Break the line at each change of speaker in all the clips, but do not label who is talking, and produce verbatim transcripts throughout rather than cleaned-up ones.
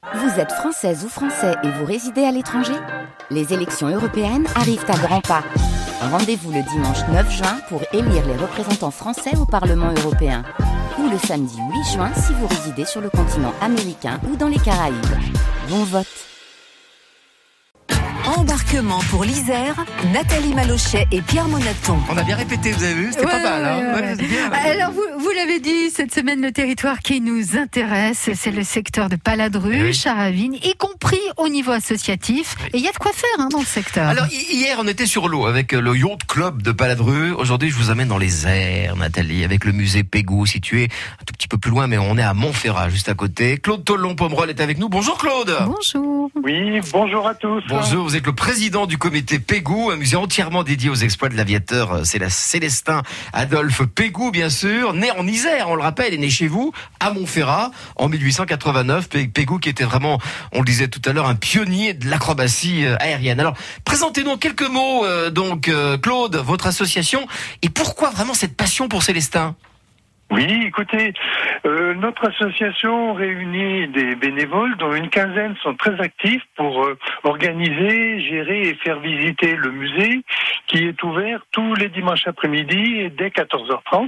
Vous êtes française ou français et vous résidez à l'étranger ? Les élections européennes arrivent à grands pas. Rendez-vous le dimanche neuf juin pour élire les représentants français au Parlement européen. Ou le samedi huit juin si vous résidez sur le continent américain ou dans les Caraïbes. Bon vote!
Embarquement pour l'Isère, Nathalie Malochet et Pierre Monaton.
On a bien répété, vous avez vu, c'était
ouais,
pas mal. Hein
ouais, ouais.
Ouais, bien, ouais.
Alors, vous, vous l'avez dit, cette semaine, le territoire qui nous intéresse, c'est le secteur de Paladru,
oui.
Charavine, y compris au niveau associatif.
Oui.
Et il y a de quoi faire hein, dans le secteur.
Alors, hier, on était sur l'eau avec le Yacht Club de Paladru. Aujourd'hui, je vous amène dans les airs, Nathalie, avec le musée Pégou, situé un tout petit peu plus loin, mais on est à Montferrat, juste à côté. Claude Tollon-Pomerol est avec nous. Bonjour, Claude.
Bonjour.
Oui, bonjour à tous.
Bonjour, vous êtes le président du comité Pégou, un musée entièrement dédié aux exploits de l'aviateur Célestin Adolphe Pégou, bien sûr, né en Isère, on le rappelle, est né chez vous, à Montferrat, en mille huit cent quatre-vingt-neuf. Pégou qui était vraiment, on le disait tout à l'heure, un pionnier de l'acrobatie aérienne. Alors, présentez-nous en quelques mots, euh, donc, euh, Claude, votre association, et pourquoi vraiment cette passion pour Célestin ?
Oui, écoutez, euh, notre association réunit des bénévoles dont une quinzaine sont très actifs pour euh, organiser, gérer et faire visiter le musée qui est ouvert tous les dimanches après-midi et dès quatorze heures trente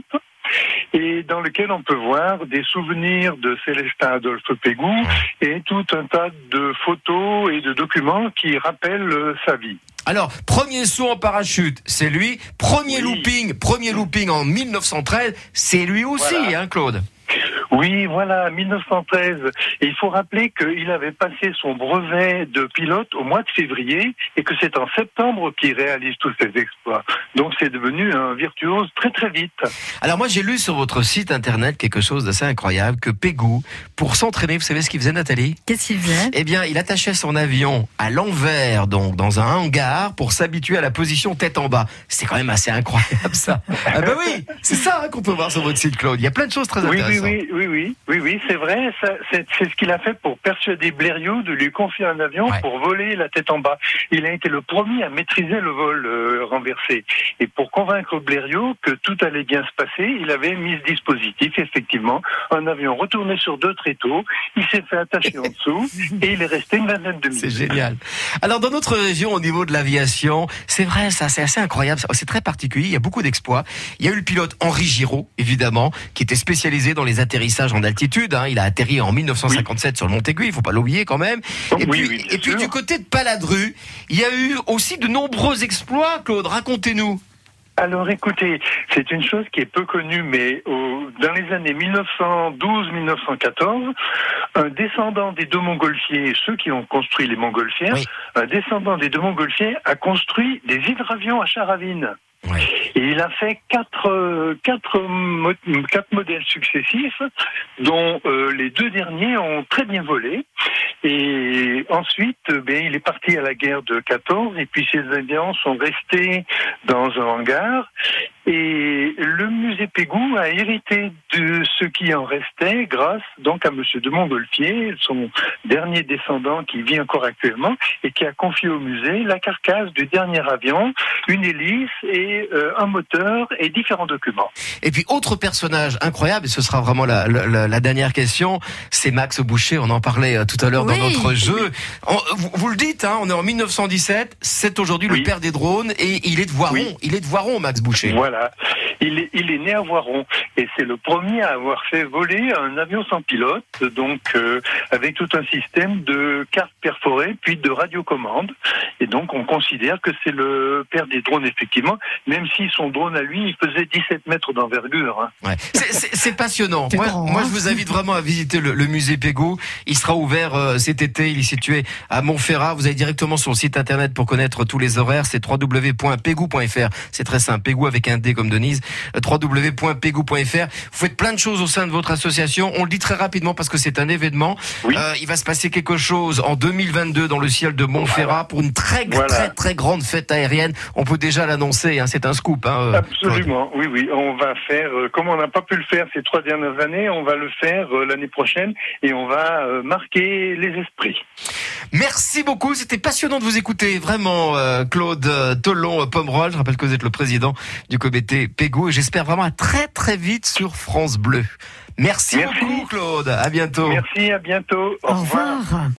et dans lequel on peut voir des souvenirs de Célestin Adolphe Pégou et tout un tas de photos et de documents qui rappellent euh, sa vie.
Alors, premier saut en parachute, c'est lui. Premier
Oui.
looping, premier looping en mille neuf cent treize, c'est lui aussi,
Voilà.
hein, Claude.
Oui, voilà, mille neuf cent treize. Et il faut rappeler qu'il avait passé son brevet de pilote au mois de février et que c'est en septembre qu'il réalise tous ses exploits. Donc c'est devenu un virtuose très très vite.
Alors moi j'ai lu sur votre site internet quelque chose d'assez incroyable, que Pégou, pour s'entraîner, vous savez ce qu'il faisait, Nathalie ?
Qu'est-ce qu'il faisait ?
Eh bien, il attachait son avion à l'envers, donc dans un hangar, pour s'habituer à la position tête en bas. C'est quand même assez incroyable ça. Ah ben oui, c'est ça hein, qu'on peut voir sur votre site, Claude. Il y a plein de choses très
Oui,
intéressantes.
oui, oui. Oui, oui, oui, oui, c'est vrai. Ça, c'est, c'est ce qu'il a fait pour persuader Blériot de lui confier un avion
Ouais.
pour voler la tête en bas. Il a été le premier à maîtriser le vol euh, renversé. Et pour convaincre Blériot que tout allait bien se passer, il avait mis ce dispositif, effectivement, un avion retourné sur deux tréteaux. Il s'est fait attacher en dessous et il est resté une vingtaine de minutes.
C'est génial. Alors dans notre région, au niveau de l'aviation, c'est vrai, ça, c'est assez incroyable. C'est très particulier. Il y a beaucoup d'exploits. Il y a eu le pilote Henri Giraud, évidemment, qui était spécialisé dans les atterrissages en altitude. Hein. Il a atterri en mille neuf cent cinquante-sept oui. sur le Montégu, il faut pas l'oublier quand même.
Oh,
et
oui,
puis,
oui,
et puis
sûr.
du côté de Paladru, il y a eu aussi de nombreux exploits. Claude, racontez-nous.
Alors écoutez, c'est une chose qui est peu connue, mais au, dans les années mille neuf cent douze mille neuf cent quatorze, un descendant des deux montgolfiers, ceux qui ont construit les montgolfières, oui. un descendant des deux montgolfiers a construit des hydravions à Charavine.
Ouais.
Et il a fait quatre, euh, quatre, mo- quatre modèles successifs, dont euh, les deux derniers ont très bien volé. Et ensuite, euh, ben, il est parti à la guerre de quatorze, et puis ces avions sont restés dans un hangar. Et le musée Pégou a hérité de ce qui en restait grâce donc à Monsieur de Montgolfier, son dernier descendant qui vit encore actuellement et qui a confié au musée la carcasse du dernier avion, une hélice et euh, un moteur et différents documents.
Et puis autre personnage incroyable, et ce sera vraiment la, la, la dernière question, c'est Max Boucher, on en parlait tout à l'heure oui. dans notre jeu. On, vous, vous le dites, hein, on est en mille neuf cent dix-sept, c'est aujourd'hui oui. le père des drones et il est de Voiron, oui. il est de Voiron, Max Boucher.
Voilà. Il est, il est né à Voiron et c'est le premier à avoir fait voler un avion sans pilote, donc euh, avec tout un système de cartes perforées puis de radiocommande. Et donc on considère que c'est le père des drones effectivement, même si son drone à lui il faisait dix-sept mètres d'envergure. Hein.
Ouais. C'est, c'est, c'est passionnant.
C'est
moi,
grand,
moi
hein.
je vous invite vraiment à visiter le, le musée Pégou. Il sera ouvert euh, cet été. Il est situé à Montferrat. Vous allez directement sur le site internet pour connaître tous les horaires. C'est w w w point pégou point f r. C'est très simple. Pégou avec un D comme Denise. w w w point pégou point f r. Vous faites plein de choses au sein de votre association. On le dit très rapidement parce que c'est un événement.
Oui.
Euh, il va se passer quelque chose en deux mille vingt-deux dans le ciel de Montferrat voilà. pour une très voilà. très très grande fête aérienne. On peut déjà l'annoncer. Hein, c'est un scoop. Hein,
Absolument. Claude. Oui, oui. On va faire, euh, comme on n'a pas pu le faire ces trois dernières années, on va le faire euh, l'année prochaine et on va euh, marquer les esprits.
Merci beaucoup. C'était passionnant de vous écouter. Vraiment, euh, Claude euh, Tollon-Pomerol. Je rappelle que vous êtes le président du comité Pégou et j'espère vraiment à très très vite sur France Bleu. Merci,
Merci.
beaucoup Claude, à bientôt.
Merci, à bientôt.
Au revoir.